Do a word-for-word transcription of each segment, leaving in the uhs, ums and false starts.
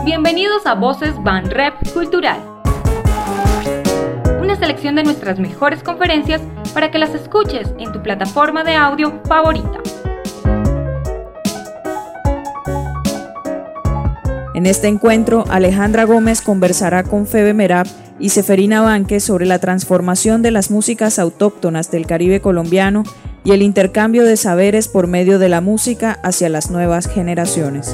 Bienvenidos a Voces Banrep Cultural. Una selección de nuestras mejores conferencias para que las escuches en tu plataforma de audio favorita. En este encuentro, Alejandra Gómez conversará con Febe Merab y Seferina Vánquez sobre la transformación de las músicas autóctonas del Caribe colombiano y el intercambio de saberes por medio de la música hacia las nuevas generaciones.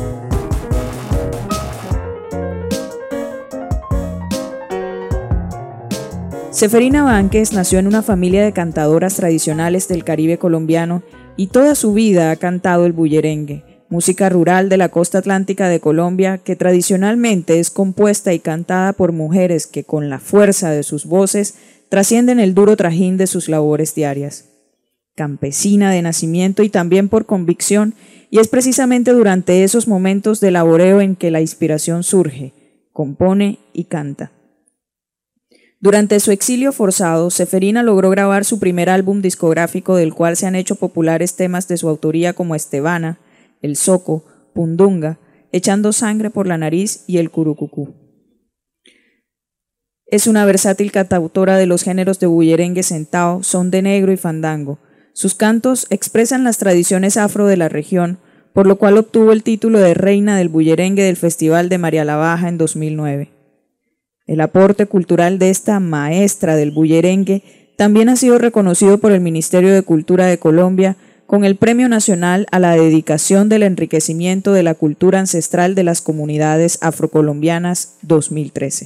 Seferina Vánquez nació en una familia de cantadoras tradicionales del Caribe colombiano y toda su vida ha cantado el bullerengue, música rural de la costa atlántica de Colombia que tradicionalmente es compuesta y cantada por mujeres que con la fuerza de sus voces trascienden el duro trajín de sus labores diarias. Campesina de nacimiento y también por convicción, y es precisamente durante esos momentos de laboreo en que la inspiración surge, compone y canta. Durante su exilio forzado, Seferina logró grabar su primer álbum discográfico del cual se han hecho populares temas de su autoría como Estebana, El Soco, Pundunga, Echando Sangre por la Nariz y El Curucucú. Es una versátil cantautora de los géneros de bullerengue, centao, son de negro y fandango. Sus cantos expresan las tradiciones afro de la región, por lo cual obtuvo el título de Reina del Bullerengue del Festival de María la Baja en dos mil nueve. El aporte cultural de esta maestra del bullerengue también ha sido reconocido por el Ministerio de Cultura de Colombia con el Premio Nacional a la Dedicación del Enriquecimiento de la Cultura Ancestral de las Comunidades Afrocolombianas dos mil trece.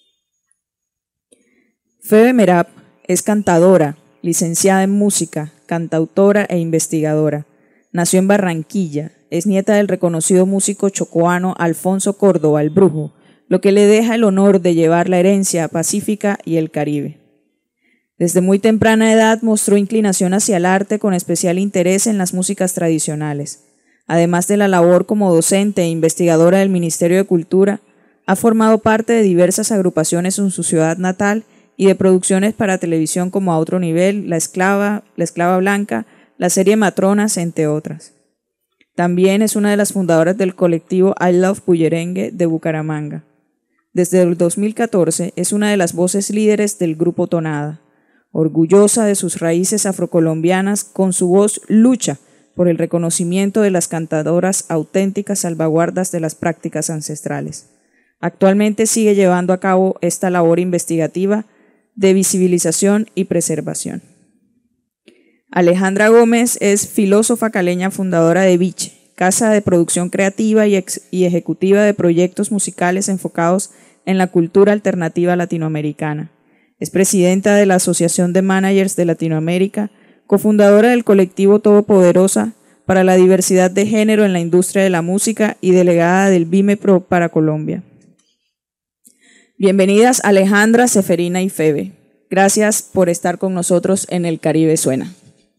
Febe Merab es cantadora, licenciada en música, cantautora e investigadora. Nació en Barranquilla, es nieta del reconocido músico chocoano Alfonso Córdoba, el Brujo, lo que le deja el honor de llevar la herencia pacífica y el Caribe. Desde muy temprana edad mostró inclinación hacia el arte con especial interés en las músicas tradicionales. Además de la labor como docente e investigadora del Ministerio de Cultura, ha formado parte de diversas agrupaciones en su ciudad natal y de producciones para televisión como A Otro Nivel, La Esclava, La Esclava Blanca, la serie Matronas, entre otras. También es una de las fundadoras del colectivo I Love Bullerengue de Bucaramanga. Desde el dos mil catorce es una de las voces líderes del grupo Tonada. Orgullosa de sus raíces afrocolombianas, con su voz lucha por el reconocimiento de las cantadoras auténticas salvaguardas de las prácticas ancestrales. Actualmente sigue llevando a cabo esta labor investigativa de visibilización y preservación. Alejandra Gómez es filósofa caleña, fundadora de Viche, casa de producción creativa y, ex y ejecutiva de proyectos musicales enfocados en la cultura alternativa latinoamericana. Es presidenta de la Asociación de Managers de Latinoamérica, cofundadora del colectivo Todopoderosa para la diversidad de género en la industria de la música y delegada del BIMEPRO para Colombia. Bienvenidas Alejandra, Seferina y Febe. Gracias por estar con nosotros en El Caribe Suena.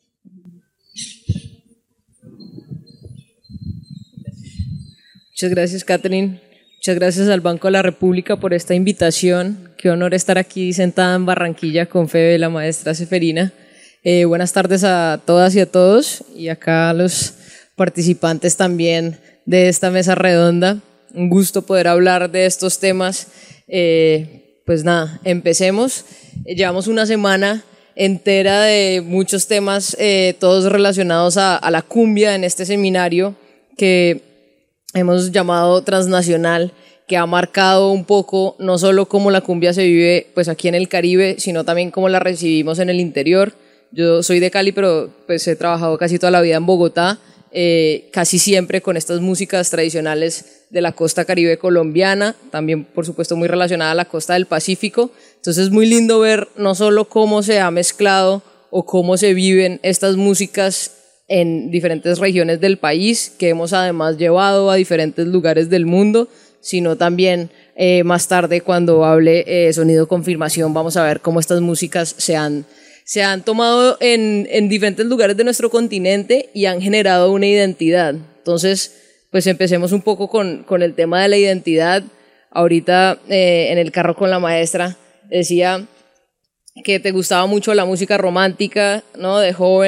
Muchas gracias, Catherine. Muchas gracias al Banco de la República por esta invitación. Qué honor estar aquí sentada en Barranquilla con Febe, la maestra Seferina. Eh, buenas tardes a todas y a todos, y acá a los participantes también de esta mesa redonda. Un gusto poder hablar de estos temas. Eh, pues nada, empecemos. Eh, llevamos una semana entera de muchos temas, eh, todos relacionados a, a la cumbia en este seminario que hemos llamado transnacional, que ha marcado un poco no solo cómo la cumbia se vive pues aquí en el Caribe, sino también cómo la recibimos en el interior. Yo soy de Cali, pero pues he trabajado casi toda la vida en Bogotá, eh, casi siempre con estas músicas tradicionales de la costa caribe colombiana, también por supuesto muy relacionada a la costa del Pacífico. Entonces es muy lindo ver no solo cómo se ha mezclado o cómo se viven estas músicas en diferentes regiones del país, que hemos además llevado a diferentes lugares del mundo, sino también eh, más tarde cuando hable eh, Sonido Confirmación vamos a ver cómo estas músicas se han, se han tomado en, en diferentes lugares de nuestro continente y han generado una identidad. Entonces, pues empecemos un poco con, con el tema de la identidad. Ahorita eh, en el carro con la maestra decía que te gustaba mucho la música romántica, ¿no? De joven.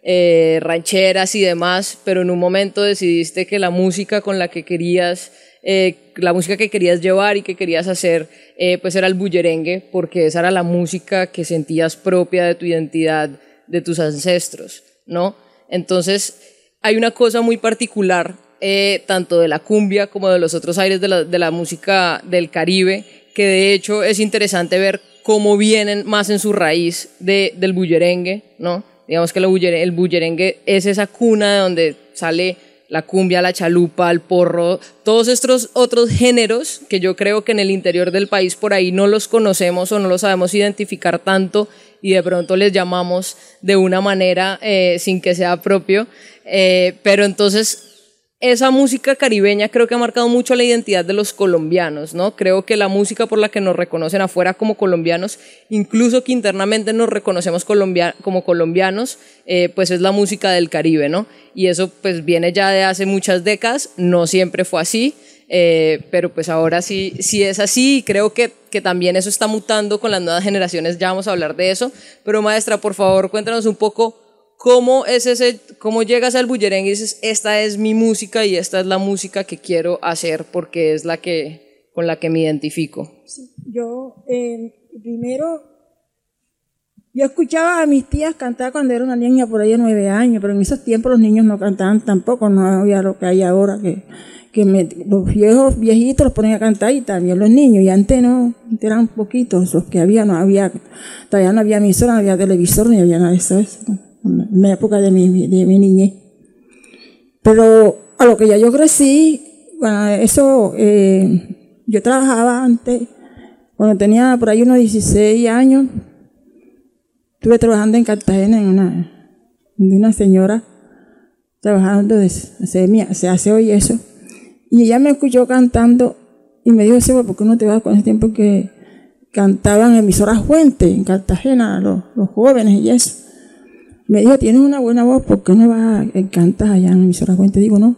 eh, rancheras y demás, pero en un momento decidiste que la música con la que querías, eh, la música que querías llevar y que querías hacer, eh, pues era el bullerengue, porque esa era la música que sentías propia de tu identidad, de tus ancestros, ¿no? Entonces, hay una cosa muy particular, eh, tanto de la cumbia como de los otros aires de la, de la música del Caribe, que de hecho es interesante ver cómo vienen más en su raíz de, del bullerengue, ¿no? Digamos que el bullerengue, el bullerengue es esa cuna de donde sale la cumbia, la chalupa, el porro, todos estos otros géneros que yo creo que en el interior del país por ahí no los conocemos o no los sabemos identificar tanto y de pronto les llamamos de una manera eh, sin que sea propio, eh, pero entonces esa música caribeña creo que ha marcado mucho la identidad de los colombianos, ¿no? Creo que la música por la que nos reconocen afuera como colombianos, incluso que internamente nos reconocemos colombia- como colombianos, eh, pues es la música del Caribe, ¿no? Y eso pues viene ya de hace muchas décadas, no siempre fue así, eh, pero pues ahora sí, sí es así y creo que, que también eso está mutando con las nuevas generaciones, ya vamos a hablar de eso, pero maestra, por favor, cuéntanos un poco ¿cómo es ese, cómo llegas al bullerengue y dices, esta es mi música y esta es la música que quiero hacer porque es la que, con la que me identifico? Sí, yo, eh, primero, yo escuchaba a mis tías cantar cuando era una niña por ahí de nueve años, pero en esos tiempos los niños no cantaban tampoco, no había lo que hay ahora, que, que me, los viejos viejitos los ponen a cantar y también los niños, y antes no, eran poquitos los que había, no había, todavía no había emisora, no había televisor, ni había nada de eso, eso. En la época de mi, de mi niñez. Pero a lo que ya yo crecí, bueno, eso, eh, yo trabajaba antes, cuando tenía por ahí unos dieciséis años, estuve trabajando en Cartagena en una, de una señora, trabajando de se aseo y eso, y ella me escuchó cantando y me dijo, Seba, ¿por qué no te vas con ese tiempo que cantaban emisoras Fuente en Cartagena, los, los jóvenes y eso? Me dijo, tienes una buena voz, ¿por qué no vas a cantar allá en la emisora Fuente? Digo, no,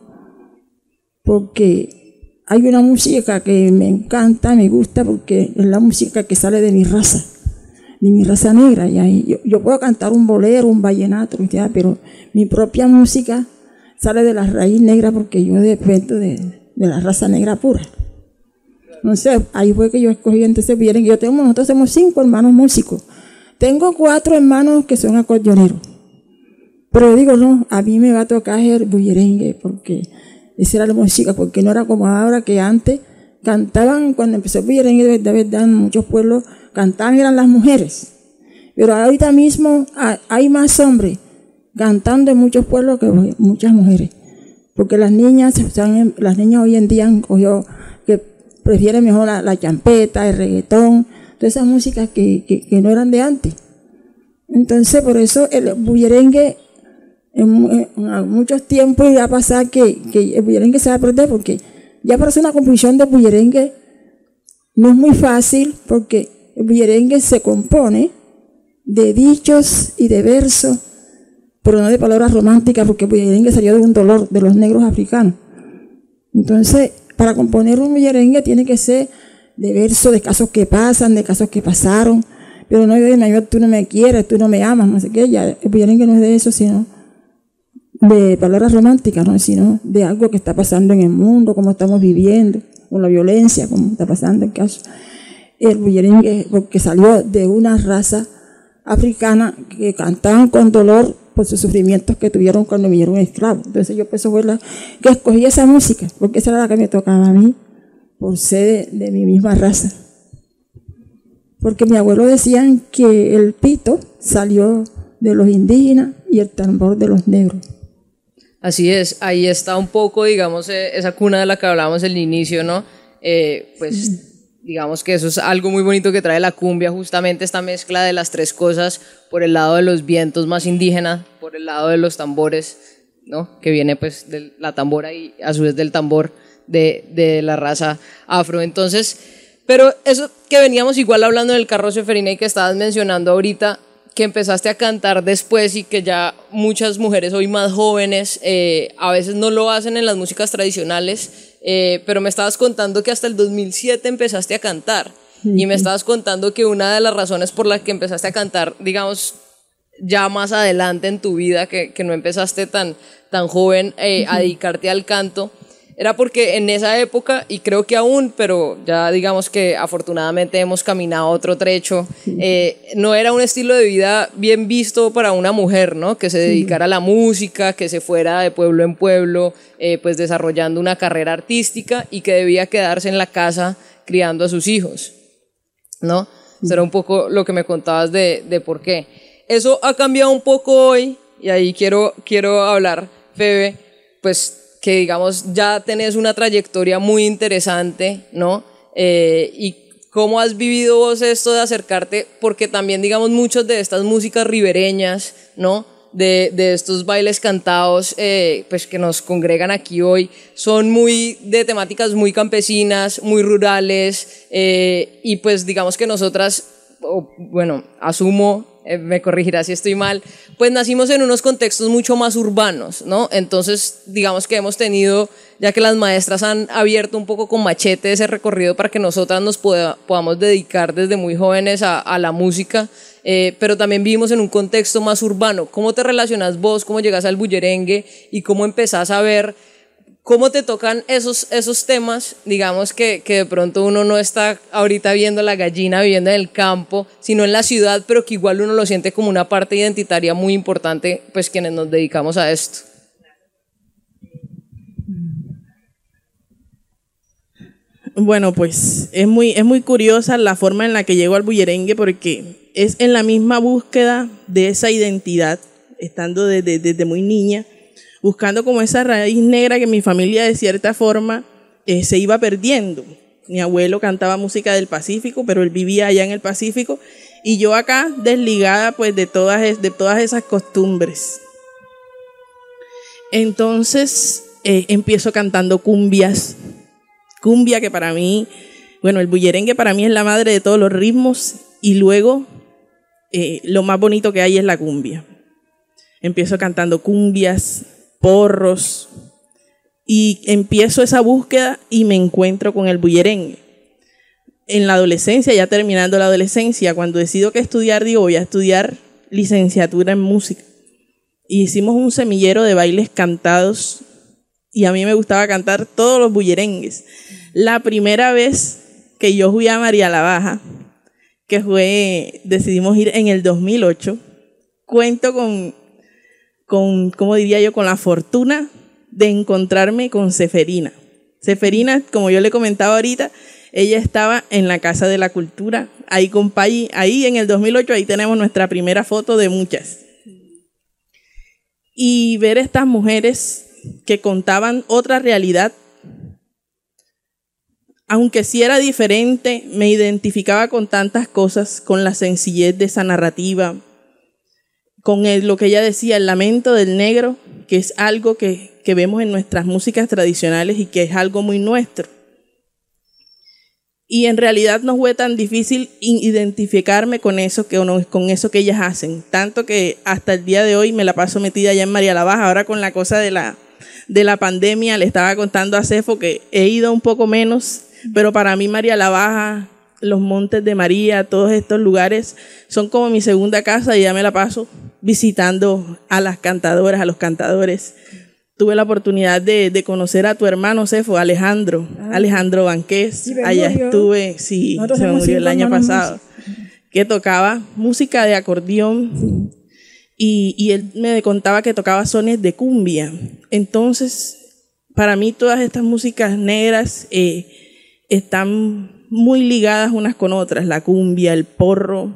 porque hay una música que me encanta, me gusta, porque es la música que sale de mi raza, de mi raza negra. Y ahí yo, yo puedo cantar un bolero, un vallenato, pero mi propia música sale de la raíz negra porque yo dependo de, de la raza negra pura. Entonces, ahí fue que yo escogí, entonces vieron que yo tengo, nosotros somos cinco hermanos músicos. Tengo cuatro hermanos que son acordeoneros. Pero digo, no, a mí me va a tocar el bullerengue, porque esa era la música, porque no era como ahora que antes cantaban, cuando empezó el bullerengue, de verdad, de verdad, en muchos pueblos cantaban, eran las mujeres. Pero ahorita mismo hay más hombres cantando en muchos pueblos que muchas mujeres. Porque las niñas, las niñas hoy en día han cogido que prefieren mejor la, la champeta, el reggaetón, todas esas músicas que, que, que no eran de antes. Entonces, por eso el bullerengue en, en muchos tiempos ya pasa que, que el bullerengue se va a perder, porque ya para hacer una composición de bullerengue no es muy fácil, porque el bullerengue se compone de dichos y de versos, pero no de palabras románticas, porque el bullerengue salió de un dolor de los negros africanos. Entonces, para componer un bullerengue tiene que ser de versos, de casos que pasan, de casos que pasaron, pero no de tú no me quieres, tú no me amas, no sé qué. Ya el bullerengue no es de eso, sino de palabras románticas, no, sino de algo que está pasando en el mundo, como estamos viviendo, con la violencia, como está pasando en caso. El bullerengue, porque salió de una raza africana que cantaban con dolor por sus sufrimientos que tuvieron cuando vinieron esclavos. Entonces yo pues fue la que escogí esa música, porque esa era la que me tocaba a mí, por ser de, de mi misma raza. Porque mi abuelo decían que el pito salió de los indígenas y el tambor de los negros. Así es, ahí está un poco, digamos, eh, esa cuna de la que hablábamos al inicio, ¿no? Eh, pues mm. digamos que eso es algo muy bonito que trae la cumbia, justamente esta mezcla de las tres cosas, por el lado de los vientos más indígenas, por el lado de los tambores, ¿no? Que viene pues de la tambora y a su vez del tambor de, de la raza afro. Entonces, pero eso que veníamos igual hablando del carro Seferina y que estabas mencionando ahorita, que empezaste a cantar después y que ya muchas mujeres hoy más jóvenes eh, a veces no lo hacen en las músicas tradicionales, eh, pero me estabas contando que hasta el dos mil siete empezaste a cantar. Sí, y me estabas contando que una de las razones por las que empezaste a cantar, digamos, ya más adelante en tu vida, que, que no empezaste tan, tan joven eh, a dedicarte al canto, era porque en esa época, y creo que aún, pero ya digamos que afortunadamente hemos caminado otro trecho, eh, no era un estilo de vida bien visto para una mujer, ¿no? Que se dedicara a la música, que se fuera de pueblo en pueblo, eh, pues desarrollando una carrera artística, y que debía quedarse en la casa criando a sus hijos, ¿no? Eso era un poco lo que me contabas de, de por qué. Eso ha cambiado un poco hoy, y ahí quiero, quiero hablar, Febe, pues que digamos ya tenés una trayectoria muy interesante, ¿no? Eh, y cómo has vivido vos esto de acercarte, porque también digamos muchas de estas músicas ribereñas, ¿no? De, de estos bailes cantados eh, pues que nos congregan aquí hoy, son muy de temáticas muy campesinas, muy rurales, eh, y pues digamos que nosotras, o, bueno, asumo, eh, me corregirá si estoy mal, pues nacimos en unos contextos mucho más urbanos, ¿no? Entonces, digamos que hemos tenido, ya que las maestras han abierto un poco con machete ese recorrido para que nosotras nos poda, podamos dedicar desde muy jóvenes a, a la música, eh, pero también vivimos en un contexto más urbano. ¿Cómo te relacionas vos? ¿Cómo llegas al bullerengue? ¿Y cómo empezás a ver cómo te tocan esos, esos temas, digamos que, que de pronto uno no está ahorita viendo la gallina viviendo en el campo, sino en la ciudad, pero que igual uno lo siente como una parte identitaria muy importante, pues quienes nos dedicamos a esto? Bueno, pues es muy, es muy curiosa la forma en la que llego al bullerengue, porque es en la misma búsqueda de esa identidad, estando desde, desde muy niña, buscando como esa raíz negra que mi familia de cierta forma eh, se iba perdiendo. Mi abuelo cantaba música del Pacífico, pero él vivía allá en el Pacífico, y yo acá desligada pues de todas, de todas esas costumbres. Entonces eh, empiezo cantando cumbias, cumbia que para mí, bueno, el bullerengue para mí es la madre de todos los ritmos, y luego eh, lo más bonito que hay es la cumbia. Empiezo cantando cumbias, porros, y empiezo esa búsqueda y me encuentro con el bullerengue. En la adolescencia, ya terminando la adolescencia, cuando decido que estudiar, digo, voy a estudiar licenciatura en música. Y hicimos un semillero de bailes cantados, y a mí me gustaba cantar todos los bullerengues. La primera vez que yo fui a María la Baja, que fue, decidimos ir en el dos mil ocho, cuento con, con, ¿cómo diría yo?, con la fortuna de encontrarme con Seferina. Seferina, como yo le comentaba ahorita, ella estaba en la Casa de la Cultura, ahí con Payi, ahí en el dos mil ocho, ahí tenemos nuestra primera foto de muchas. Y ver estas mujeres que contaban otra realidad, aunque sí era diferente, me identificaba con tantas cosas, con la sencillez de esa narrativa, con el, lo que ella decía, el lamento del negro, que es algo que, que vemos en nuestras músicas tradicionales y que es algo muy nuestro. Y en realidad no fue tan difícil identificarme con eso, que, con eso que ellas hacen, tanto que hasta el día de hoy me la paso metida allá en María la Baja. Ahora con la cosa de la, de la pandemia, le estaba contando a Cefo que he ido un poco menos, pero para mí María la Baja, los Montes de María, todos estos lugares son como mi segunda casa, y ya me la paso visitando a las cantadoras, a los cantadores. Tuve la oportunidad de, de conocer a tu hermano Cefo, Alejandro, ah, Alejandro Banqués. Sí, allá murió. Estuve, sí, Nosotros se me murió el año pasado, que tocaba música de acordeón, sí. y, y él me contaba que tocaba sones de cumbia. Entonces, para mí todas estas músicas negras eh, están muy ligadas unas con otras, la cumbia, el porro,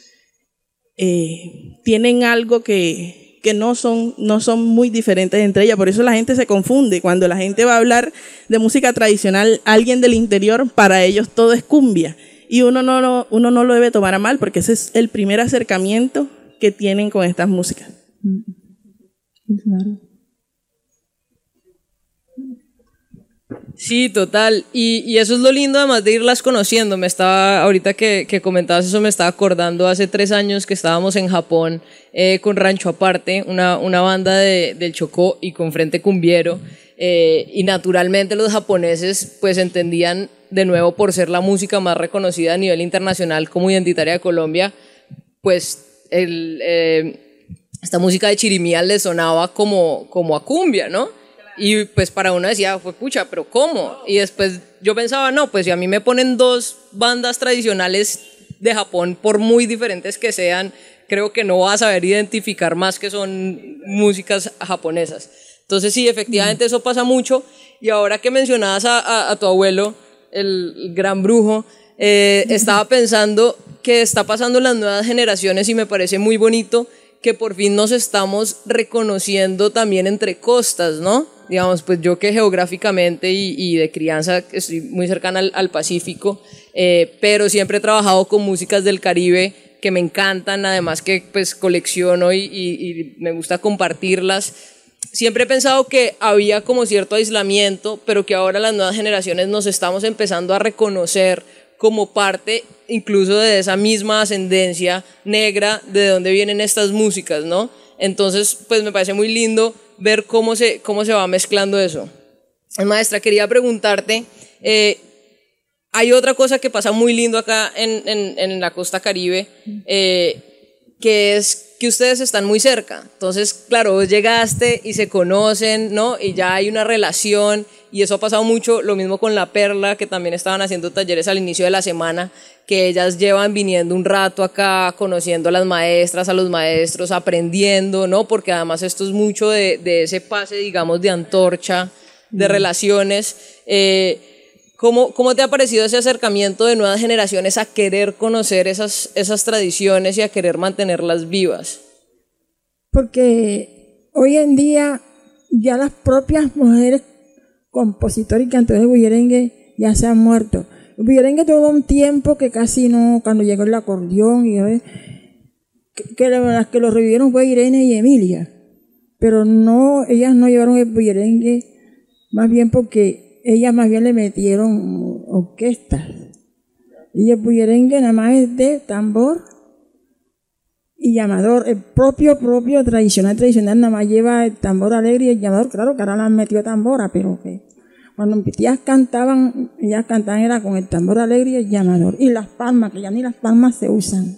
eh, tienen algo que... que no son, no son muy diferentes entre ellas. Por eso la gente se confunde. Cuando la gente va a hablar de música tradicional, alguien del interior, para ellos todo es cumbia. Y uno no lo, uno no lo debe tomar a mal, porque ese es el primer acercamiento que tienen con estas músicas. Claro. Sí, total. Y, y eso es lo lindo, además de irlas conociendo. Me estaba, ahorita que, que comentabas eso, me estaba acordando hace tres años que estábamos en Japón eh, con Rancho Aparte, una, una banda de, del Chocó, y con Frente Cumbiero. Eh, y naturalmente los japoneses pues entendían, de nuevo por ser la música más reconocida a nivel internacional como identitaria de Colombia, pues el... Eh, esta música de chirimía le sonaba como, como a cumbia, ¿no? Y pues para uno decía, fue pucha, pero ¿cómo? Y después yo pensaba, no, pues si a mí me ponen dos bandas tradicionales de Japón, por muy diferentes que sean, creo que no vas a saber identificar más que son músicas japonesas. Entonces sí, efectivamente eso pasa mucho. Y ahora que mencionabas a, a, a tu abuelo, el, el gran brujo, eh, estaba pensando que está pasando en las nuevas generaciones y me parece muy bonito que por fin nos estamos reconociendo también entre costas, ¿no? Digamos, pues yo que geográficamente y, y de crianza estoy muy cercana al, al Pacífico, eh, pero siempre he trabajado con músicas del Caribe que me encantan, además que pues colecciono y, y, y me gusta compartirlas. Siempre he pensado que había como cierto aislamiento, pero que ahora las nuevas generaciones nos estamos empezando a reconocer como parte incluso de esa misma ascendencia negra de donde vienen estas músicas, ¿no? Entonces, pues me parece muy lindo ver cómo se, cómo se va mezclando eso. Maestra, quería preguntarte, eh, hay otra cosa que pasa muy lindo acá en, en, en la costa Caribe, eh, que es que ustedes están muy cerca. Entonces, claro, vos llegaste y se conocen, ¿no? Y ya hay una relación, y eso ha pasado mucho, lo mismo con La Perla, que también estaban haciendo talleres al inicio de la semana, que ellas llevan viniendo un rato acá, conociendo a las maestras, a los maestros, aprendiendo, ¿no? Porque además esto es mucho de, de ese pase, digamos, de antorcha, de mm. relaciones. Eh, ¿Cómo, ¿Cómo te ha parecido ese acercamiento de nuevas generaciones a querer conocer esas, esas tradiciones y a querer mantenerlas vivas? Porque hoy en día ya las propias mujeres compositores y cantores de bullerengue ya se han muerto. El bullerengue tuvo un tiempo que casi no, cuando llegó el acordeón, y que, que las que lo revivieron fue Irene y Emilia, pero no, ellas no llevaron el bullerengue, más bien porque ellas más bien le metieron orquestas. Y el bullerengue nada más es de tambor y llamador. El propio, propio tradicional, tradicional nada más lleva el tambor alegre y el llamador. Claro que ahora le han metido tambora, pero que cuando mis tías cantaban, ellas cantaban era con el tambor alegre y el llamador. Y las palmas, que ya ni las palmas se usan.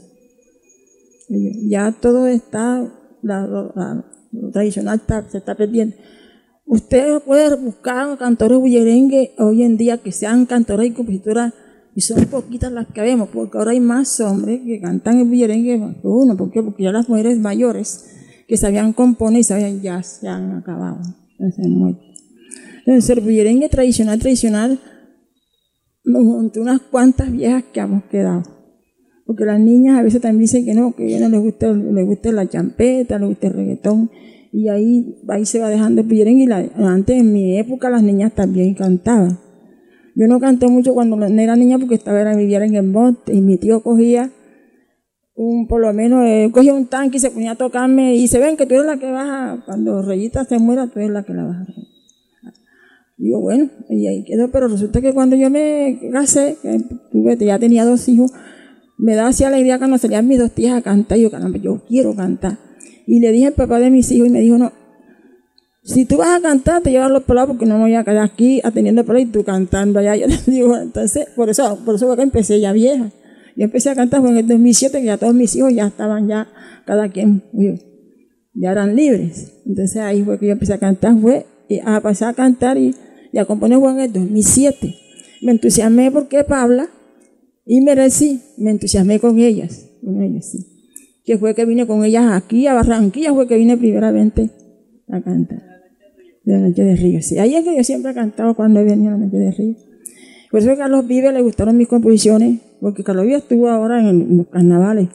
Ya todo está, la, la, lo tradicional está, se está perdiendo. Usted puede buscar cantores bullerengue hoy en día que sean cantoras y compositoras, y son poquitas las que vemos, porque ahora hay más hombres que cantan el bullerengue que uno. ¿Por qué? Porque ya las mujeres mayores que sabían componer y sabían ya se han acabado, se han muerto. Entonces el bullerengue tradicional, tradicional, junto a unas cuantas viejas que hemos quedado. Porque las niñas a veces también dicen que no, que a ellas no les gusta, les gusta la champeta, les gusta el reggaetón. Y ahí, ahí se va dejando el bullerengue. Y la, antes, en mi época, las niñas también cantaban. Yo no canté mucho cuando era niña porque estaba era, vivía en el monte, y mi tío cogía un, por lo menos, eh, cogía un tanque y se ponía a tocarme, y se ven que tú eres la que vas a, cuando Reyita se muera, tú eres la que la vas a reír. Digo, bueno, y ahí quedó, pero resulta que cuando yo me casé, que tuve, ya tenía dos hijos, me da así alegría cuando salían mis dos tías a cantar, y yo, caramba, yo quiero cantar. Y le dije al papá de mis hijos, y me dijo, no, si tú vas a cantar, te llevas los pelados, porque no me voy a quedar aquí atendiendo pelados y tú cantando allá. Yo le digo, entonces, por eso, por eso fue que empecé ya vieja. Yo empecé a cantar fue en el dos mil siete, que ya todos mis hijos ya estaban ya, cada quien, ya eran libres. Entonces ahí fue que yo empecé a cantar, fue a pasar a cantar y, y a componer fue en el dos mil siete. Me entusiasmé porque Pabla, y merecí, me entusiasmé con ellas, con ellas, sí. Que fue que vine con ellas aquí a Barranquilla, fue que vine primeramente a cantar. De la Noche de Río, sí. Ahí es que yo siempre he cantado cuando he venido a la Noche de Río. Por eso a Carlos Vives le gustaron mis composiciones, porque Carlos Vives estuvo ahora en, en los carnavales.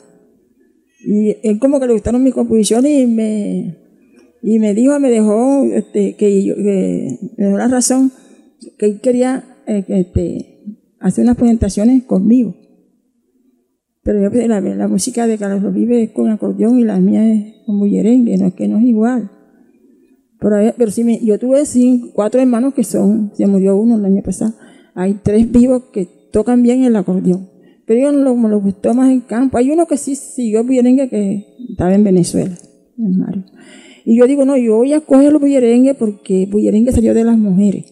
Y él como que le gustaron mis composiciones y me, y me dijo, me dejó, este, que, yo, que me dio la razón, que él quería eh, que, este, hacer unas presentaciones conmigo. Pero yo, la, la música de Carlos Vives es con acordeón y la mía es con bullerengue, no es que no es igual. Pero, pero sí, me, yo tuve cinco, cuatro hermanos que son, se murió uno el año pasado, hay tres vivos que tocan bien el acordeón, pero yo no me lo gustó más en campo. Hay uno que sí siguió bullerengue que estaba en Venezuela, en Mario. Y yo digo, no, yo voy a coger los bullerengue porque bullerengue salió de las mujeres,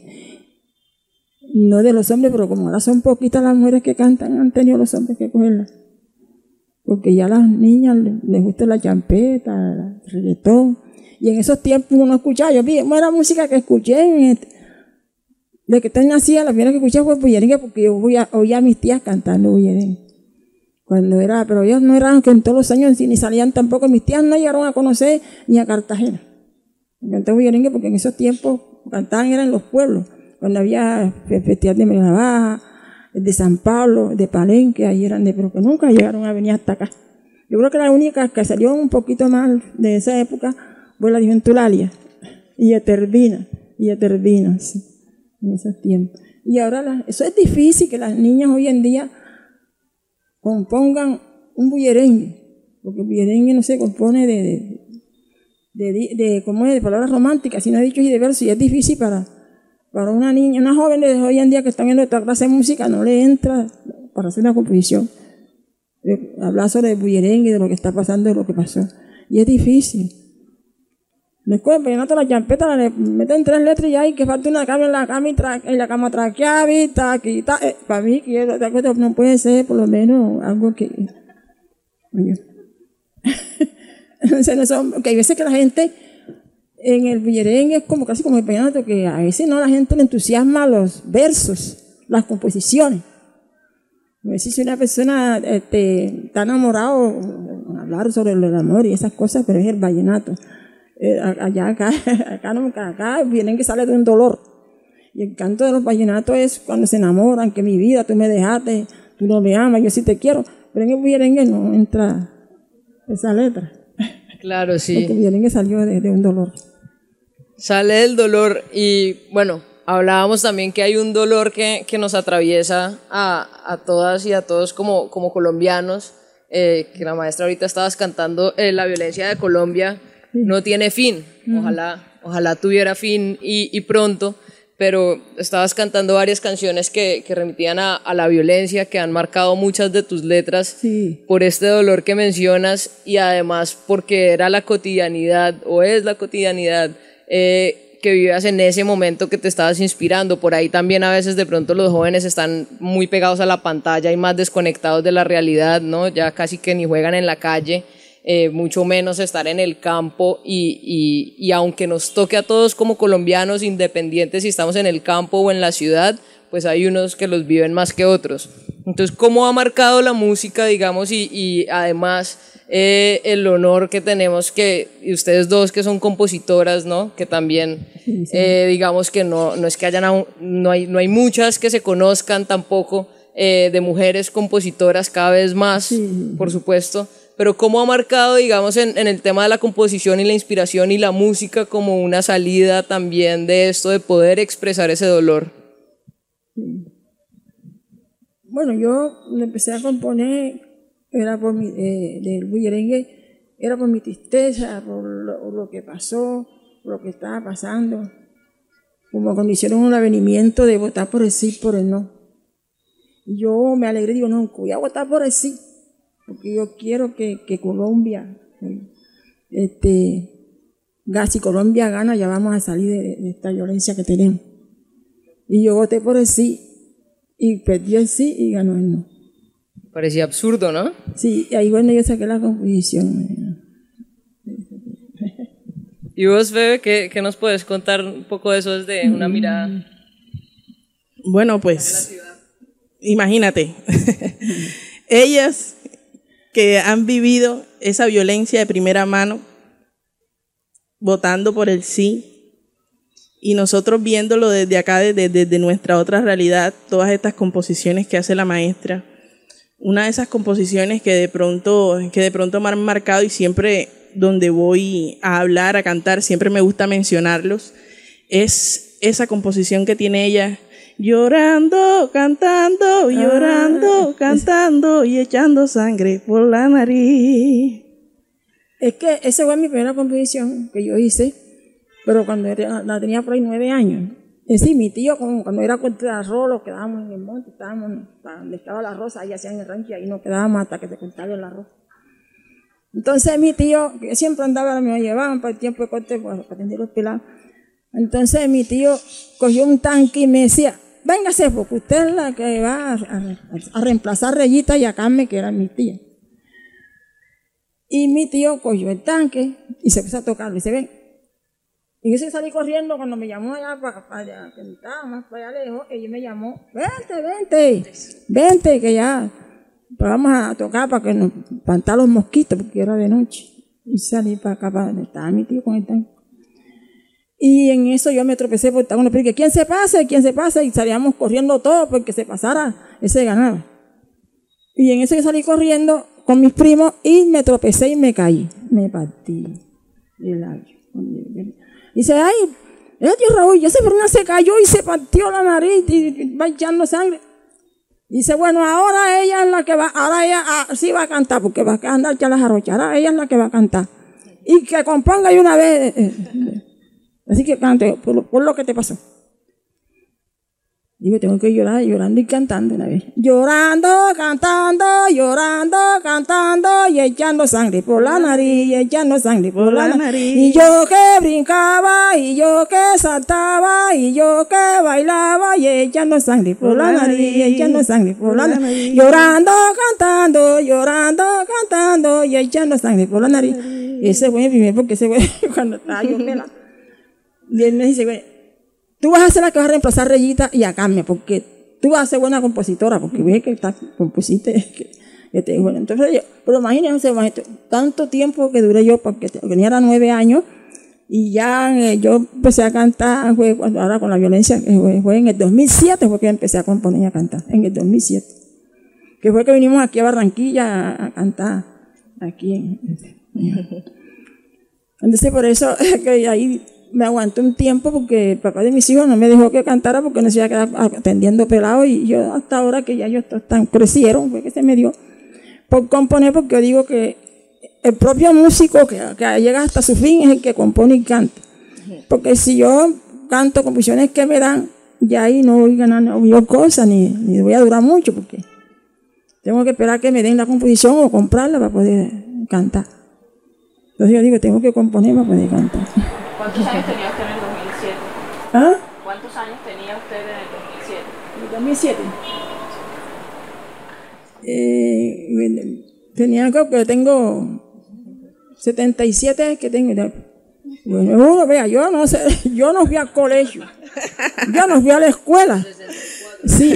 no de los hombres, pero como ahora son poquitas las mujeres que cantan, han tenido los hombres que cogerlas. porque ya a las niñas les gusta la champeta, el reggaetón, y en esos tiempos uno escuchaba, yo vi, era música que escuché, de que usted nacía, la primera que escuché fue bullerengue, porque yo oía, oía a mis tías cantando bullerengue, cuando era, pero ellos no eran que en todos los años ni salían tampoco, mis tías no llegaron a conocer ni a Cartagena, canté bullerengue porque en esos tiempos cantaban eran en los pueblos, cuando había festival de Medina Baja, de San Pablo, de Palenque, ahí eran de, pero que nunca llegaron a venir hasta acá. Yo creo que la única que salió un poquito más de esa época fue la Virgen Tulalia y Etervina, y Etervina, sí, en esos tiempos. Y ahora la, eso es difícil que las niñas hoy en día compongan un bullerengue, porque el bullerengue no se compone de, de, de, de, de, como es, de palabras románticas, sino de dichos y de versos, y es difícil para Para una niña, una joven de hoy en día que están en otra clase de música, no le entra para hacer una composición. De hablar sobre el bullerengue, de lo que está pasando, de lo que pasó. Y es difícil. Después, vallenato, la champeta, le meten tres letras y hay que falta una cama en la cama y tra en la cama traqueada, quita. Eh, para mí, que no puede ser por lo menos algo que. Oye. no son, que hay veces que la gente. En el bullerengue es como casi como el vallenato, que a veces no a la gente le entusiasma los versos, las composiciones. A veces si una persona este, está enamorado, hablar sobre el amor y esas cosas, pero es el vallenato. Eh, allá, acá, acá, no, acá el bullerengue sale de un dolor. Y el canto de los vallenatos es cuando se enamoran, que mi vida, tú me dejaste, tú no me amas, yo sí te quiero. Pero en el bullerengue no entra esa letra. Claro, sí. Porque el bullerengue salió de, de un dolor. Sale del dolor y bueno, hablábamos también que hay un dolor que, que nos atraviesa a, a todas y a todos como, como colombianos, eh, que la maestra ahorita estabas cantando, eh, la violencia de Colombia no tiene fin, ojalá, ojalá tuviera fin y, y pronto, pero estabas cantando varias canciones que, que remitían a, a la violencia, que han marcado muchas de tus letras, sí, por este dolor que mencionas y además porque era la cotidianidad o es la cotidianidad Eh, que vivías en ese momento que te estabas inspirando. Por ahí también a veces de pronto los jóvenes están muy pegados a la pantalla y más desconectados de la realidad, ¿no? Ya casi que ni juegan en la calle, eh, mucho menos estar en el campo y, y, y aunque nos toque a todos como colombianos independientes si estamos en el campo o en la ciudad, pues hay unos que los viven más que otros. Entonces, ¿cómo ha marcado la música, digamos, y, y además eh, el honor que tenemos que, y ustedes dos que son compositoras, ¿no? Que también, sí, sí. Eh, digamos que no, no es que hayan, no hay, no hay muchas que se conozcan tampoco eh, de mujeres compositoras cada vez más, sí. Por supuesto, pero ¿cómo ha marcado, digamos, en, en el tema de la composición y la inspiración y la música como una salida también de esto, de poder expresar ese dolor? Bueno, yo empecé a componer, era por mi, eh, del bullerengue, era por mi tristeza, por lo, por lo que pasó, por lo que estaba pasando, como cuando hicieron un avenimiento de votar por el sí, por el no. Yo me alegré, digo, no, voy a votar por el sí, porque yo quiero que, que Colombia, este, si Colombia gana, ya vamos a salir de, de esta violencia que tenemos. Y yo voté por el sí, y perdí el sí y ganó el no. Parecía absurdo, ¿no? Sí, y ahí bueno yo saqué la composición. ¿Y vos, Febe, qué, qué nos puedes contar un poco de eso desde una mirada? Bueno, pues, imagínate, ellas que han vivido esa violencia de primera mano, votando por el sí, y nosotros viéndolo desde acá, desde, desde nuestra otra realidad, todas estas composiciones que hace la maestra. Una de esas composiciones que de pronto, que de pronto me han marcado y siempre donde voy a hablar, a cantar, siempre me gusta mencionarlos, es esa composición que tiene ella, llorando, cantando, llorando, ah, cantando es... y echando sangre por la nariz. Es que esa fue mi primera composición que yo hice, pero cuando era, la tenía por ahí nueve años. Es decir, mi tío, cuando era cuenta de arroz, los quedábamos en el monte, estábamos donde estaba el arroz, ahí hacían el rancho y ahí nos quedábamos hasta que se cortaba el arroz. Entonces mi tío, que siempre andaba, me llevaban para el tiempo de corte, para atender los pelados. Entonces mi tío cogió un tanque y me decía, véngase, porque usted es la que va a, a, a reemplazar a Reyita y a Carmen, que eran mis tías. Y mi tío cogió el tanque y se puso a tocarlo, y se ven. Y yo salí corriendo cuando me llamó allá para, para allá, que estaba más para allá lejos, ella me llamó, vente, vente, vente, que ya vamos a tocar para que nos espantar los mosquitos, porque era de noche. Y salí para acá, para donde estaba mi tío con el tanque. Y en eso yo me tropecé porque estaba uno, pero ¿quién se pasa? ¿Quién se pasa? Y salíamos corriendo todos porque se pasara, ese ganaba. Y en eso yo salí corriendo con mis primos y me tropecé y me caí. Me partí el labio. Dice, ay, el tío Raúl, ya Seferina se cayó y se partió la nariz y va echando sangre. Dice, bueno, ahora ella es la que va, ahora ella ah, sí va a cantar, porque va a andar ya las arrochas, ahora ella es la que va a cantar. Y que componga de una vez. Eh, eh. Así que cante, por lo, por lo que te pasó. Digo, tengo que llorar, llorando y cantando una vez. Llorando, cantando, llorando, cantando y echando sangre por la nariz, y echando sangre por la nariz. Y yo que brincaba, y yo que saltaba, y yo que bailaba y echando sangre por la nariz, y echando sangre por la nariz. Llorando, cantando, llorando, cantando y echando sangre por la nariz. Ese fue mi primer, porque ese fue cuando estaba yo pela. Y él me dice, güey, tú vas a ser la que vas a reemplazar a Reyita y a Carmen, porque tú vas a ser buena compositora, porque ves que está, compusiste. Que, que te, bueno, entonces yo, pero imagínense, tanto tiempo que duré yo, porque tenía nueve años, y ya eh, yo empecé a cantar, fue, ahora con la violencia, fue, fue en el dos mil siete, fue que empecé a componer y a cantar, en el dos mil siete. Que fue que vinimos aquí a Barranquilla a, a cantar, aquí en... Entonces por eso que ahí me aguanté un tiempo porque el papá de mis hijos no me dejó que cantara porque no se iba a quedar atendiendo pelado, y yo hasta ahora que ya ellos están, crecieron, fue que se me dio por componer, porque yo digo que el propio músico que, que llega hasta su fin es el que compone y canta. Porque si yo canto composiciones que me dan, ya ahí no voy a ganar yo cosas, ni, ni voy a durar mucho, porque tengo que esperar que me den la composición o comprarla para poder cantar. Entonces yo digo, tengo que componer para poder cantar. ¿Cuántos años tenía usted en el dos mil siete? ¿Ah? ¿Cuántos años tenía usted en el dos mil siete? ¿En el dos mil siete? Eh, tenía algo que tengo setenta y siete que tengo. Bueno, uno, vea, yo no sé, yo no fui al colegio, yo no fui a la escuela. Sí.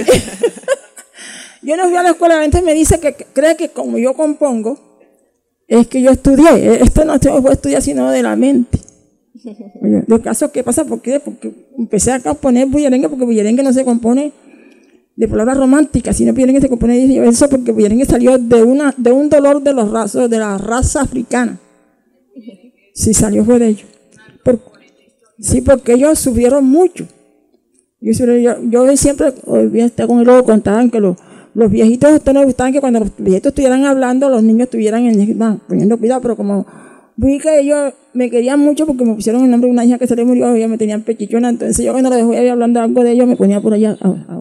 Yo no fui a la escuela, la gente me dice que cree que como yo compongo, es que yo estudié. Esto no fue estudiar sino de la mente. Los casos que pasa, ¿por qué? Porque empecé a componer bullerengue, porque bullerengue no se compone de palabras románticas, sino bullerengue se compone de verso, porque bullerengue salió de una de un dolor de los rasos, de la raza africana. Sí, salió fue de ellos. Por, sí, porque ellos sufrieron mucho. Yo, yo, yo siempre, hoy estar con el ojo, contaban que los, los viejitos esto no gustaban que cuando los viejitos estuvieran hablando, los niños estuvieran en, no, poniendo cuidado, pero como vi que ellos me querían mucho porque me pusieron el nombre de una hija que se le murió, ellos me tenían pechichona, entonces yo cuando lo dejé ahí hablando algo de ellos me ponía por allá. A, a,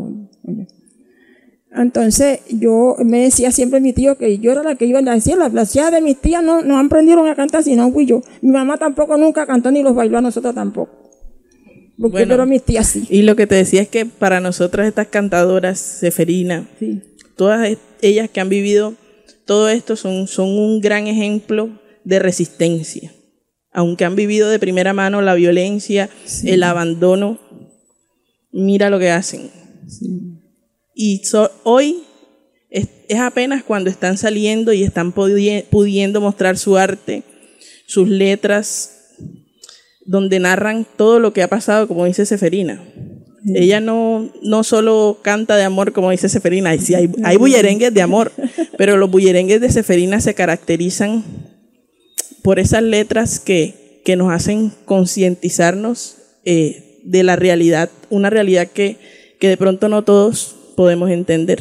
a, entonces yo me decía siempre mi tío que yo era la que iba a decir, las, las hijas de mis tías no, no aprendieron a cantar, sino fui yo. Mi mamá tampoco nunca cantó ni los bailó, a nosotros tampoco. Porque bueno, pero mis tías sí. Y lo que te decía es que para nosotras estas cantadoras, Seferina, sí, todas ellas que han vivido todo esto son, son un gran ejemplo de resistencia. Aunque han vivido de primera mano la violencia, sí, el abandono, mira lo que hacen. Sí. Y so, hoy es, es apenas cuando están saliendo y están pudi- pudiendo mostrar su arte, sus letras, donde narran todo lo que ha pasado, como dice Seferina. Sí. Ella no, no solo canta de amor, como dice Seferina, hay, sí, hay, hay bullerengues de amor, pero los bullerengues de Seferina se caracterizan por esas letras que, que nos hacen concientizarnos eh, de la realidad, una realidad que, que de pronto no todos podemos entender.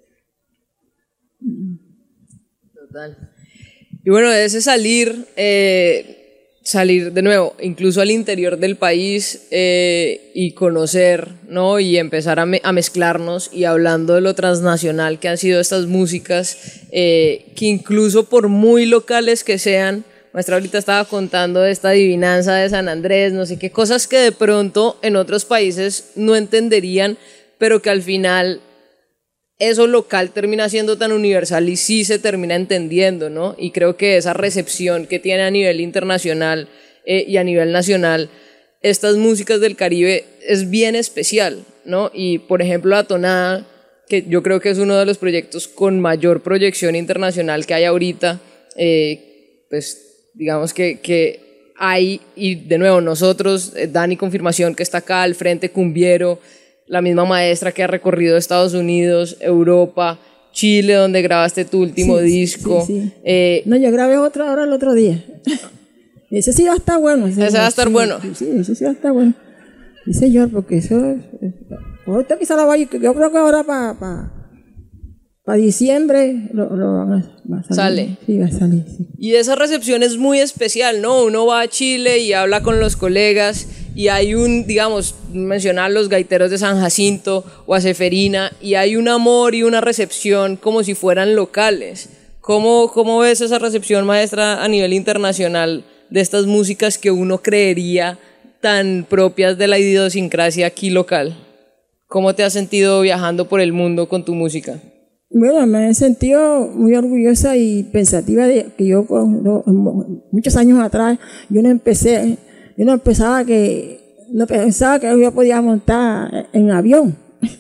Total. Y bueno, de ese salir... Eh, salir de nuevo, incluso al interior del país eh, y conocer, ¿no? Y empezar a, me a mezclarnos y hablando de lo transnacional que han sido estas músicas, eh, que incluso por muy locales que sean, maestra ahorita estaba contando de esta adivinanza de San Andrés, no sé qué, cosas que de pronto en otros países no entenderían, pero que al final eso local termina siendo tan universal y sí se termina entendiendo, ¿no? Y creo que esa recepción que tiene a nivel internacional eh, y a nivel nacional estas músicas del Caribe es bien especial, ¿no? Y por ejemplo la tonada, que yo creo que es uno de los proyectos con mayor proyección internacional que hay ahorita, eh, pues digamos que, que hay, y de nuevo nosotros, eh, Dani Confirmación que está acá al frente, Cumbiero, la misma maestra que ha recorrido Estados Unidos, Europa, Chile, donde grabaste tu último sí, disco. Sí, sí. Eh, no, yo grabé otro ahora el otro día. Ese sí va a estar bueno. Ese, ese va a estar sí, bueno. Sí, ese sí va a estar bueno. Sí, señor, porque eso es... Ahorita quizá la vaya, yo creo que ahora para pa, pa diciembre lo, lo van a, va a salir. Sale. Sí, va a salir, sí. Y esa recepción es muy especial, ¿no? Uno va a Chile y habla con los colegas y hay un, digamos, mencionar los gaiteros de San Jacinto o a Seferina, y hay un amor y una recepción como si fueran locales. ¿Cómo, cómo ves esa recepción, maestra, a nivel internacional de estas músicas que uno creería tan propias de la idiosincrasia aquí local? ¿Cómo te has sentido viajando por el mundo con tu música? Bueno, me he sentido muy orgullosa y pensativa de que yo, cuando, muchos años atrás, yo no empecé, yo no empezaba que, no pensaba que yo podía montar en avión.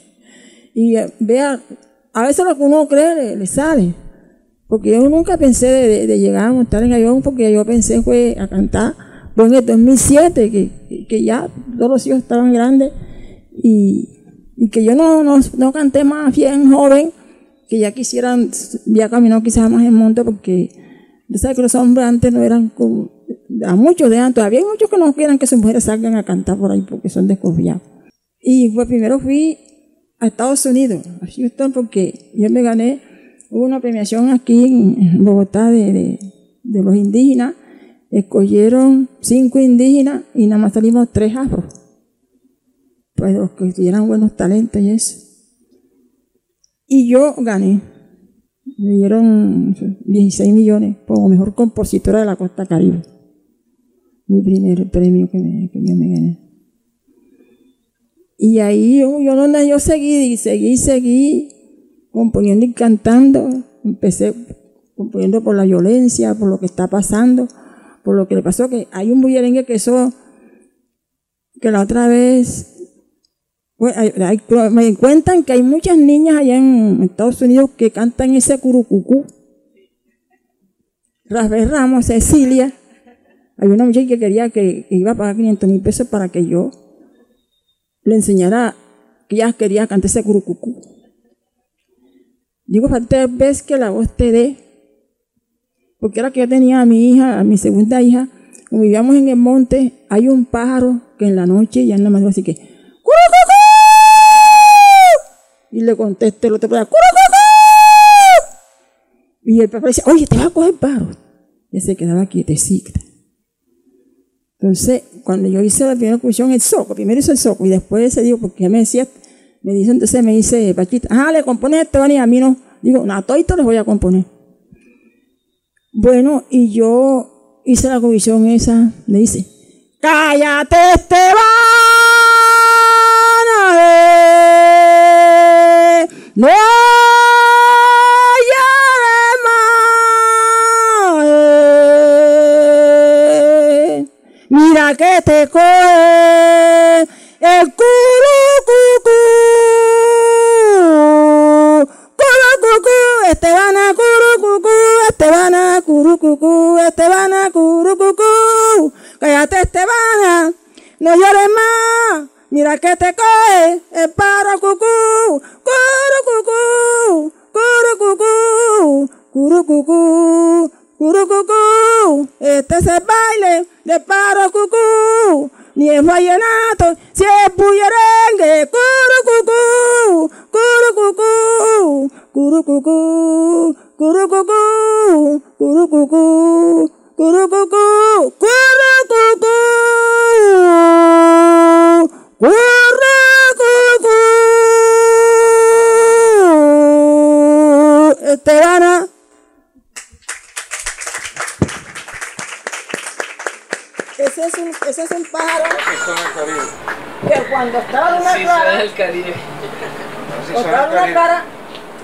Y vea, a veces lo que uno cree le, le sale. Porque yo nunca pensé de, de, de llegar a montar en avión, porque yo pensé fue a cantar, pues en el dos mil siete, que, que ya todos los hijos estaban grandes, y, y que yo no, no, no canté más bien joven, que ya quisieran, ya caminado quizás más en monte, porque tú sabes que los hombres antes no eran como, a muchos de antes, todavía hay muchos que no quieran que sus mujeres salgan a cantar por ahí porque son desconfiados. Y pues primero fui a Estados Unidos, a Houston, porque yo me gané, hubo una premiación aquí en Bogotá de, de, de los indígenas, escogieron cinco indígenas y nada más salimos tres afros, pues los que tuvieran buenos talentos y eso. Y yo gané, me dieron dieciséis millones como mejor compositora de la costa Caribe, mi primer premio que, me, que yo me gané. Y ahí yo, yo, no, yo seguí, y seguí, seguí, componiendo y cantando. Empecé componiendo por la violencia, por lo que está pasando, por lo que le pasó, que hay un bullerengue que eso, que la otra vez, bueno, hay, hay, me cuentan que hay muchas niñas allá en Estados Unidos que cantan ese curucucú. Rafael Ramos, Cecilia, hay una muchacha que quería que, que iba a pagar quinientos mil pesos para que yo le enseñara, que ella quería cantar ese curucucú. Digo, falta vez que la voz te dé, porque era que yo tenía a mi hija, a mi segunda hija, como vivíamos en el monte, hay un pájaro que en la noche ya en la madrugada así que ¡curucucú! Y le contesté el otro para ¡curucucú! Y el papá decía, oye, te va a coger pájaro. Y se quedaba quietecita. Entonces, cuando yo hice la primera cuestión, el soco, primero hice el soco y después se dijo, porque me decía, me dice, entonces me dice, Pachita, ah, le compones esto, y a mí no. Digo, no, a todito les voy a componer. Bueno, y yo hice la comisión esa, le dice, cállate, Esteban, no llames más, mira que te coge el curucucú, curucucú, Estebana, curucucú, Estebana, curucucú, Estebana, curucucú, cállate, Estebana, no llores más, mira que te coge el pájaro cucú, curucucú, curucucú, curucucú, curucucú, este es el baile de pájaro cucú. Ni es vallenato, si es bullerengue, curucucú, curucucú, curucucú, curucucú, curucucú, curucucú, curucucú, curucucú, Estebana. Ese es un, ese es un pájaro que cuando estaba en una Sí, cara, del Caribe. cuando estaba en una cara,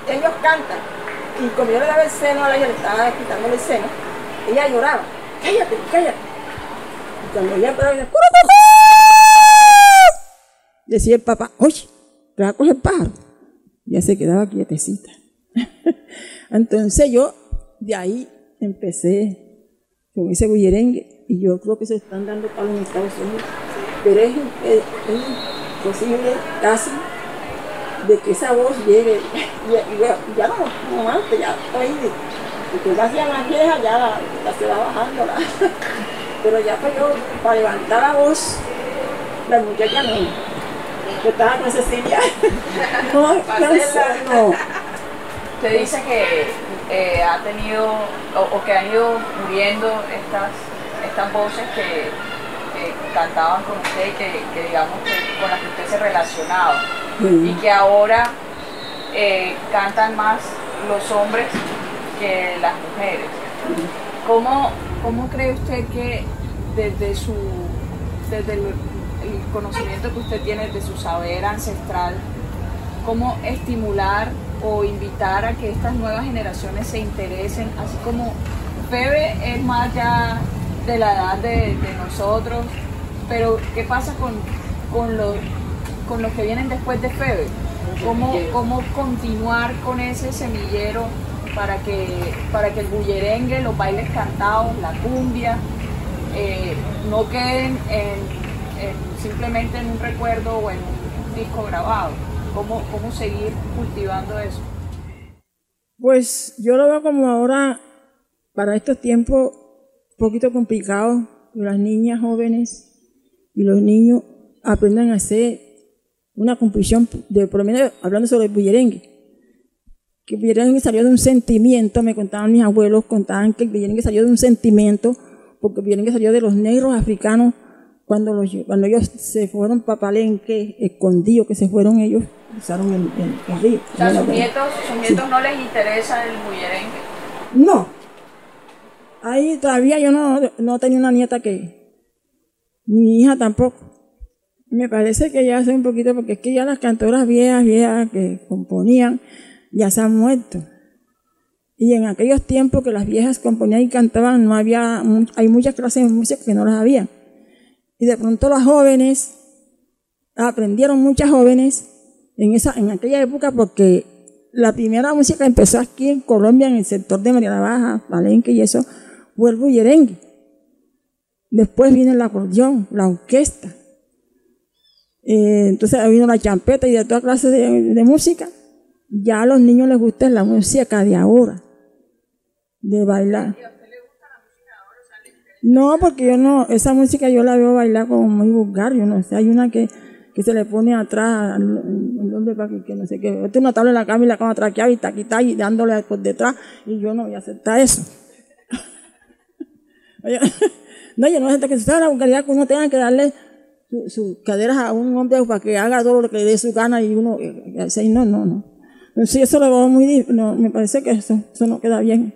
ellos cantan. Y como yo le daba el seno a la hija, le estaba quitándole el seno, ella lloraba, cállate, cállate. Y cuando ella paraba, decía, decía el papá, oye, te vas a coger pájaro. Y ella se quedaba quietecita. Entonces yo de ahí empecé con ese bullerengue y yo creo que se están dando palos en Estados Unidos. Pero es, es, es imposible casi de que esa voz llegue. Y, y ya no, no antes, ya estoy, porque ya hacía más vieja, ya, la, ya se va bajando. La, pero ya fue yo, para levantar la voz, la muchacha no. Yo estaba con Cecilia. No, no. Usted dice que eh, ha tenido, o, o que han ido muriendo estas, estas voces que eh, cantaban con usted, que, que digamos que con las que usted se relacionaba, sí. Y que ahora eh, cantan más los hombres que las mujeres. ¿Cómo, cómo cree usted que desde su desde el, el conocimiento que usted tiene de su saber ancestral, cómo estimular o invitar a que estas nuevas generaciones se interesen, así como Febe es más ya de la edad de, de nosotros, pero ¿qué pasa con, con, los, con los que vienen después de Febe? ¿Cómo, cómo continuar con ese semillero para que, para que el bullerengue, los bailes cantados, la cumbia, eh, no queden en, en, simplemente en un recuerdo o en un disco grabado? ¿Cómo, ¿Cómo seguir cultivando eso? Pues yo lo veo como ahora, para estos tiempos, un poquito complicado, que las niñas jóvenes y los niños aprendan a hacer una composición, de, por lo menos hablando sobre el bullerengue, que el bullerengue salió de un sentimiento, me contaban mis abuelos, contaban que el bullerengue salió de un sentimiento, porque el bullerengue salió de los negros africanos, cuando, los, cuando ellos se fueron para Palenque, escondidos, que se fueron ellos, usaron el, el, el río. O sea, sus nietos, sus nietos sí. No les interesa el bullerengue. No. Ahí todavía yo no, no tenía una nieta que, ni mi hija tampoco. Me parece que ya hace un poquito, porque es que ya las cantoras viejas, viejas que componían, ya se han muerto. Y en aquellos tiempos que las viejas componían y cantaban, no había, hay muchas clases de música que no las había. Y de pronto las jóvenes, aprendieron muchas jóvenes en esa, en aquella época, porque la primera música que empezó aquí en Colombia, en el sector de Mariana Baja, Palenque y eso, fue el bullerengue. Después viene el acordeón, la orquesta. Eh, entonces vino la champeta y de toda clase de, de música. Ya a los niños les gusta la música de ahora, de bailar. No, porque yo no, esa música yo la veo bailar como muy vulgar, yo no sé, hay una que, que se le pone atrás, el hombre para que, que no sé qué, mete una tabla en la cama y la cama traqueada y taquita y dándole por detrás, y yo no voy a aceptar eso. No, yo no acepto que sea la vulgaridad, que uno tenga que darle sus su caderas a un hombre para que haga todo lo que le dé su gana y uno, así, no, no, no. Sí, eso lo veo muy, no, me parece que eso, eso no queda bien.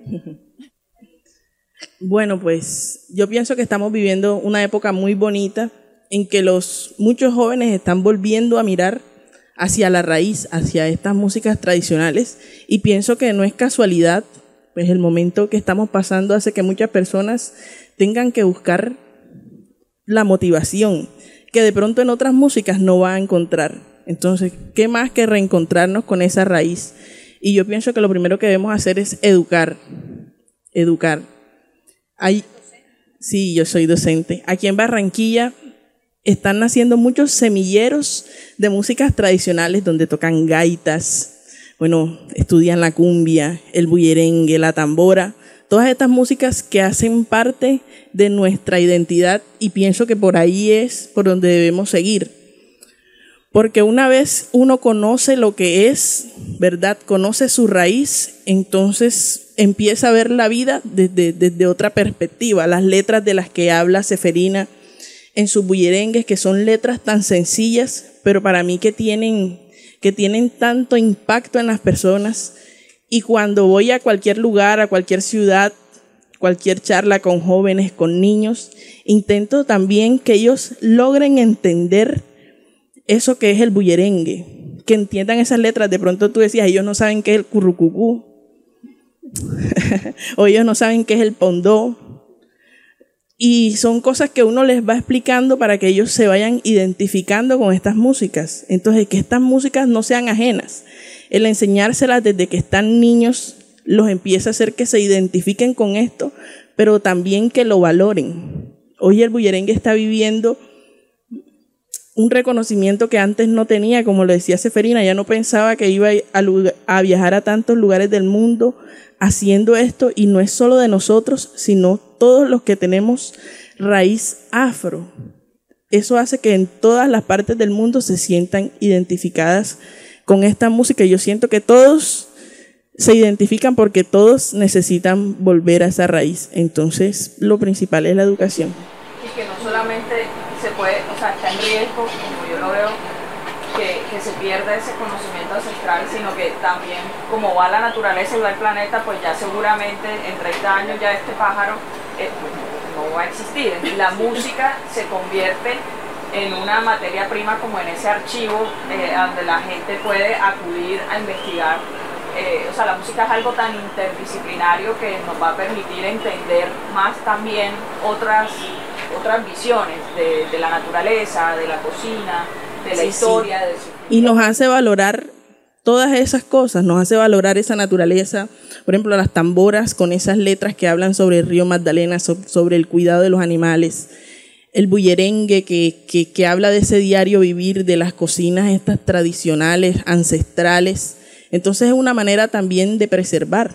Bueno, pues yo pienso que estamos viviendo una época muy bonita en que los muchos jóvenes están volviendo a mirar hacia la raíz, hacia estas músicas tradicionales, y pienso que no es casualidad, pues el momento que estamos pasando hace que muchas personas tengan que buscar la motivación que de pronto en otras músicas no va a encontrar. Entonces, ¿qué más que reencontrarnos con esa raíz? Y yo pienso que lo primero que debemos hacer es educar, educar. Hay, sí, yo soy docente. Aquí en Barranquilla están naciendo muchos semilleros de músicas tradicionales donde tocan gaitas, bueno, estudian la cumbia, el bullerengue, la tambora, todas estas músicas que hacen parte de nuestra identidad, y pienso que por ahí es por donde debemos seguir. Porque una vez uno conoce lo que es, ¿verdad? Conoce su raíz, entonces empieza a ver la vida desde, desde otra perspectiva. Las letras de las que habla Seferina en sus bullerengues, que son letras tan sencillas, pero para mí que tienen, que tienen tanto impacto en las personas. Y cuando voy a cualquier lugar, a cualquier ciudad, cualquier charla con jóvenes, con niños, intento también que ellos logren entender eso que es el bullerengue, que entiendan esas letras. De pronto tú decías, ellos no saben qué es el currucucú, o ellos no saben qué es el pondó. Y son cosas que uno les va explicando para que ellos se vayan identificando con estas músicas. Entonces, que estas músicas no sean ajenas. El enseñárselas desde que están niños los empieza a hacer que se identifiquen con esto, pero también que lo valoren. Hoy el bullerengue está viviendo un reconocimiento que antes no tenía, como lo decía Seferina. Ya no pensaba que iba a, a viajar a tantos lugares del mundo haciendo esto, y no es solo de nosotros, sino todos los que tenemos raíz afro. Eso hace que en todas las partes del mundo se sientan identificadas con esta música. Yo siento que todos se identifican porque todos necesitan volver a esa raíz. Entonces, lo principal es la educación. Y que no solamente se puede, o sea, está en riesgo, como yo lo veo, que, que se pierda ese conocimiento ancestral, sino que también, como va la naturaleza y va el planeta, pues ya seguramente en treinta años ya este pájaro eh, no va a existir. Y la música se convierte en una materia prima, como en ese archivo eh, donde la gente puede acudir a investigar. Eh, o sea, la música es algo tan interdisciplinario que nos va a permitir entender más también otras, otras visiones de, de la naturaleza, de la cocina, de la sí, historia. Sí. De su... Y nos hace valorar todas esas cosas, nos hace valorar esa naturaleza. Por ejemplo, las tamboras con esas letras que hablan sobre el río Magdalena, sobre el cuidado de los animales. El bullerengue que, que, que habla de ese diario vivir, de las cocinas estas tradicionales, ancestrales. Entonces es una manera también de preservar,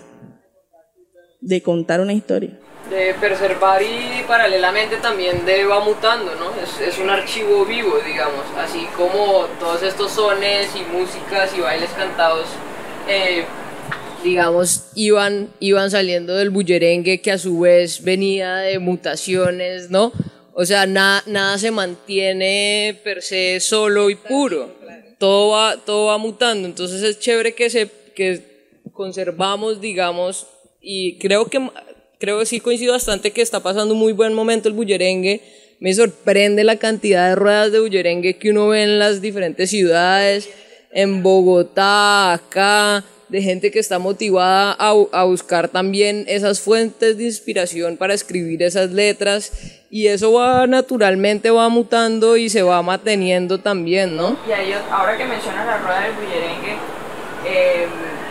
de contar una historia. De preservar y paralelamente también de va mutando, ¿no? Es, es un archivo vivo, digamos, así como todos estos sones y músicas y bailes cantados, eh, digamos, iban, iban saliendo del bullerengue, que a su vez venía de mutaciones, ¿no? O sea, nada, nada se mantiene per se solo y puro. Todo va, todo va mutando, entonces es chévere que, se, que conservamos, digamos, y creo que, creo que sí coincido bastante que está pasando un muy buen momento el bullerengue. Me sorprende la cantidad de ruedas de bullerengue que uno ve en las diferentes ciudades, en Bogotá, acá, de gente que está motivada a, a buscar también esas fuentes de inspiración para escribir esas letras, y eso va naturalmente, va mutando y se va manteniendo también, ¿no? Y ahí, ahora que mencionas la rueda del bullerengue, eh,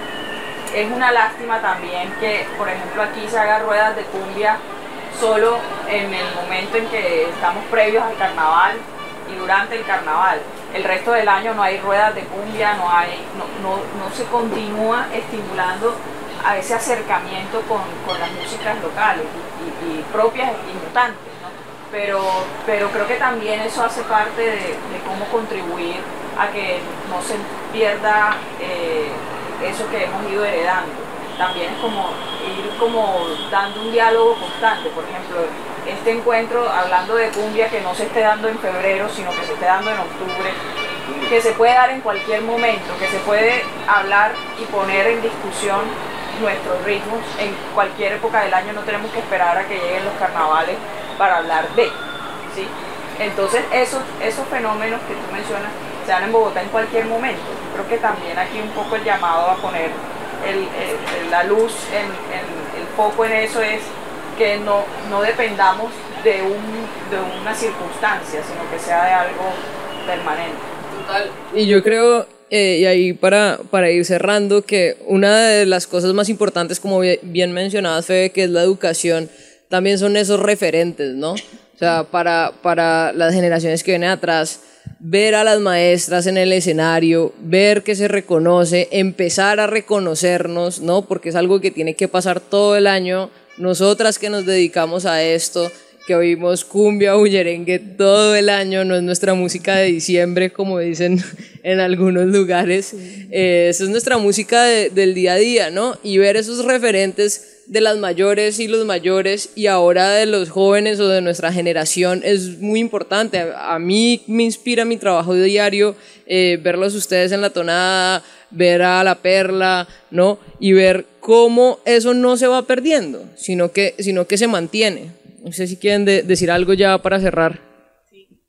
es una lástima también que, por ejemplo, aquí se haga ruedas de cumbia solo en el momento en que estamos previos al carnaval y durante el carnaval. El resto del año no hay ruedas de cumbia, no, hay, no, no, no se continúa estimulando a ese acercamiento con, con las músicas locales y, y, y propias y mutantes, ¿no? Pero, pero creo que también eso hace parte de, de cómo contribuir a que no se pierda eh, eso que hemos ido heredando. También es como ir como dando un diálogo constante. Por ejemplo, este encuentro hablando de cumbia, que no se esté dando en febrero, sino que se esté dando en octubre, que se puede dar en cualquier momento, que se puede hablar y poner en discusión nuestros ritmos en cualquier época del año. No tenemos que esperar a que lleguen los carnavales para hablar de, ¿sí? Entonces esos, esos fenómenos que tú mencionas se dan en Bogotá en cualquier momento. Creo que también aquí un poco el llamado a poner el, el, la luz, en, en, el foco en eso es que no, no dependamos de, un, de una circunstancia, sino que sea de algo permanente. Total. Y yo creo, eh, y ahí para, para ir cerrando, que una de las cosas más importantes, como bien mencionabas, Febe, que es la educación, también son esos referentes, ¿no? O sea, para, para las generaciones que vienen atrás, ver a las maestras en el escenario, ver que se reconoce, empezar a reconocernos, ¿no? Porque es algo que tiene que pasar todo el año. Nosotras que nos dedicamos a esto, que oímos cumbia, bullerengue todo el año, no es nuestra música de diciembre, como dicen en algunos lugares, eh, esa es nuestra música de, del día a día, ¿no? Y ver esos referentes de las mayores y los mayores, y ahora de los jóvenes o de nuestra generación, es muy importante. A, a mí me inspira mi trabajo diario, eh, verlos ustedes en la tonada, ver a La Perla, ¿no? Y ver cómo eso no se va perdiendo, sino que, sino que se mantiene. No sé si quieren de, decir algo ya para cerrar. Sí, no,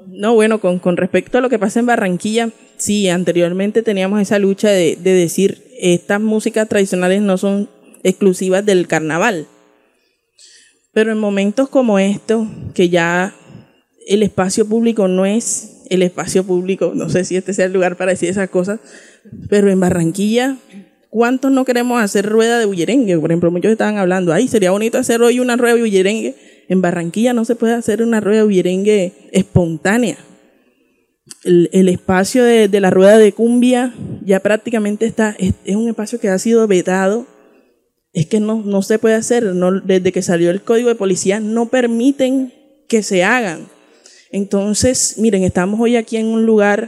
No, bueno, con, con respecto a lo que pasa en Barranquilla, sí, anteriormente teníamos esa lucha de, de decir, estas músicas tradicionales no son exclusivas del carnaval. Pero en momentos como estos, que ya el espacio público no es el espacio público, no sé si este sea el lugar para decir esas cosas, pero en Barranquilla, ¿cuántos no queremos hacer rueda de bullerengue? Por ejemplo, muchos estaban hablando, ay, sería bonito hacer hoy una rueda de bullerengue. En Barranquilla no se puede hacer una rueda de bullerengue espontánea. El, el espacio de, de la rueda de cumbia ya prácticamente está, es, es un espacio que ha sido vetado. Es que no, no se puede hacer. No, desde que salió el Código de Policía no permiten que se hagan. Entonces, miren, estamos hoy aquí en un lugar,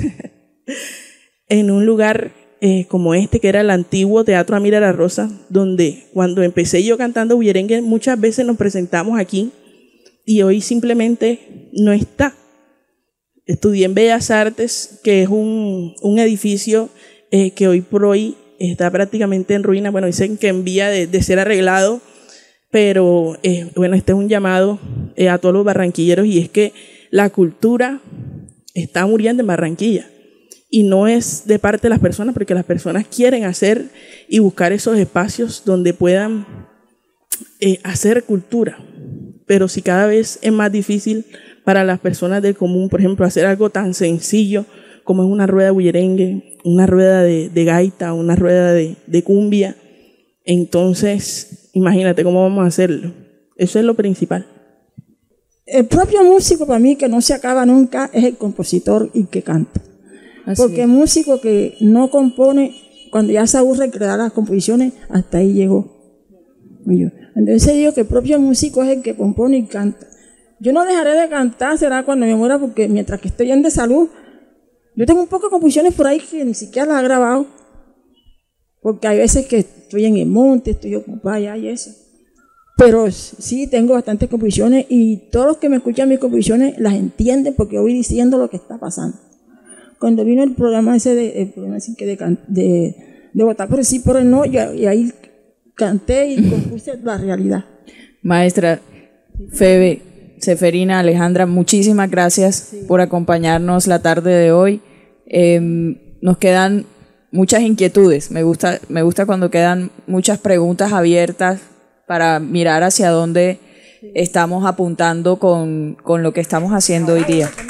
en un lugar eh, como este, que era el antiguo Teatro Amira la Rosa, donde cuando empecé yo cantando bullerengue, muchas veces nos presentamos aquí y hoy simplemente no está. Estudié en Bellas Artes, que es un, un edificio eh, que hoy por hoy está prácticamente en ruina. Bueno, dicen que en vía de, de ser arreglado, pero eh, bueno, este es un llamado eh, a todos los barranquilleros, y es que la cultura está muriendo en Barranquilla. Y no es de parte de las personas, porque las personas quieren hacer y buscar esos espacios donde puedan eh, hacer cultura. Pero si cada vez es más difícil para las personas del común, por ejemplo, hacer algo tan sencillo como es una rueda de bullerengue, una rueda de, de gaita, una rueda de, de cumbia, entonces imagínate cómo vamos a hacerlo. Eso es lo principal. El propio músico, para mí, que no se acaba nunca, es el compositor y que canta. Así Porque el músico que no compone, cuando ya se aburre de crear las composiciones, hasta ahí llegó. Entonces digo que el propio músico es el que compone y canta. Yo no dejaré de cantar, será cuando me muera, porque mientras que estoy bien de salud, yo tengo un poco de composiciones por ahí que ni siquiera las he grabado, porque hay veces que estoy en el monte, estoy ocupada ya y eso. Pero sí, tengo bastantes composiciones, y todos los que me escuchan mis composiciones las entienden, porque voy diciendo lo que está pasando. Cuando vino el programa ese de, el programa ese que de, de, de votar por el sí, por el no, y, y ahí canté y compuse la realidad. Maestra Febe, Seferina, Alejandra, muchísimas gracias sí. por acompañarnos la tarde de hoy. Eh, nos quedan muchas inquietudes. Me gusta, me gusta cuando quedan muchas preguntas abiertas para mirar hacia dónde estamos apuntando con, con lo que estamos haciendo hoy día.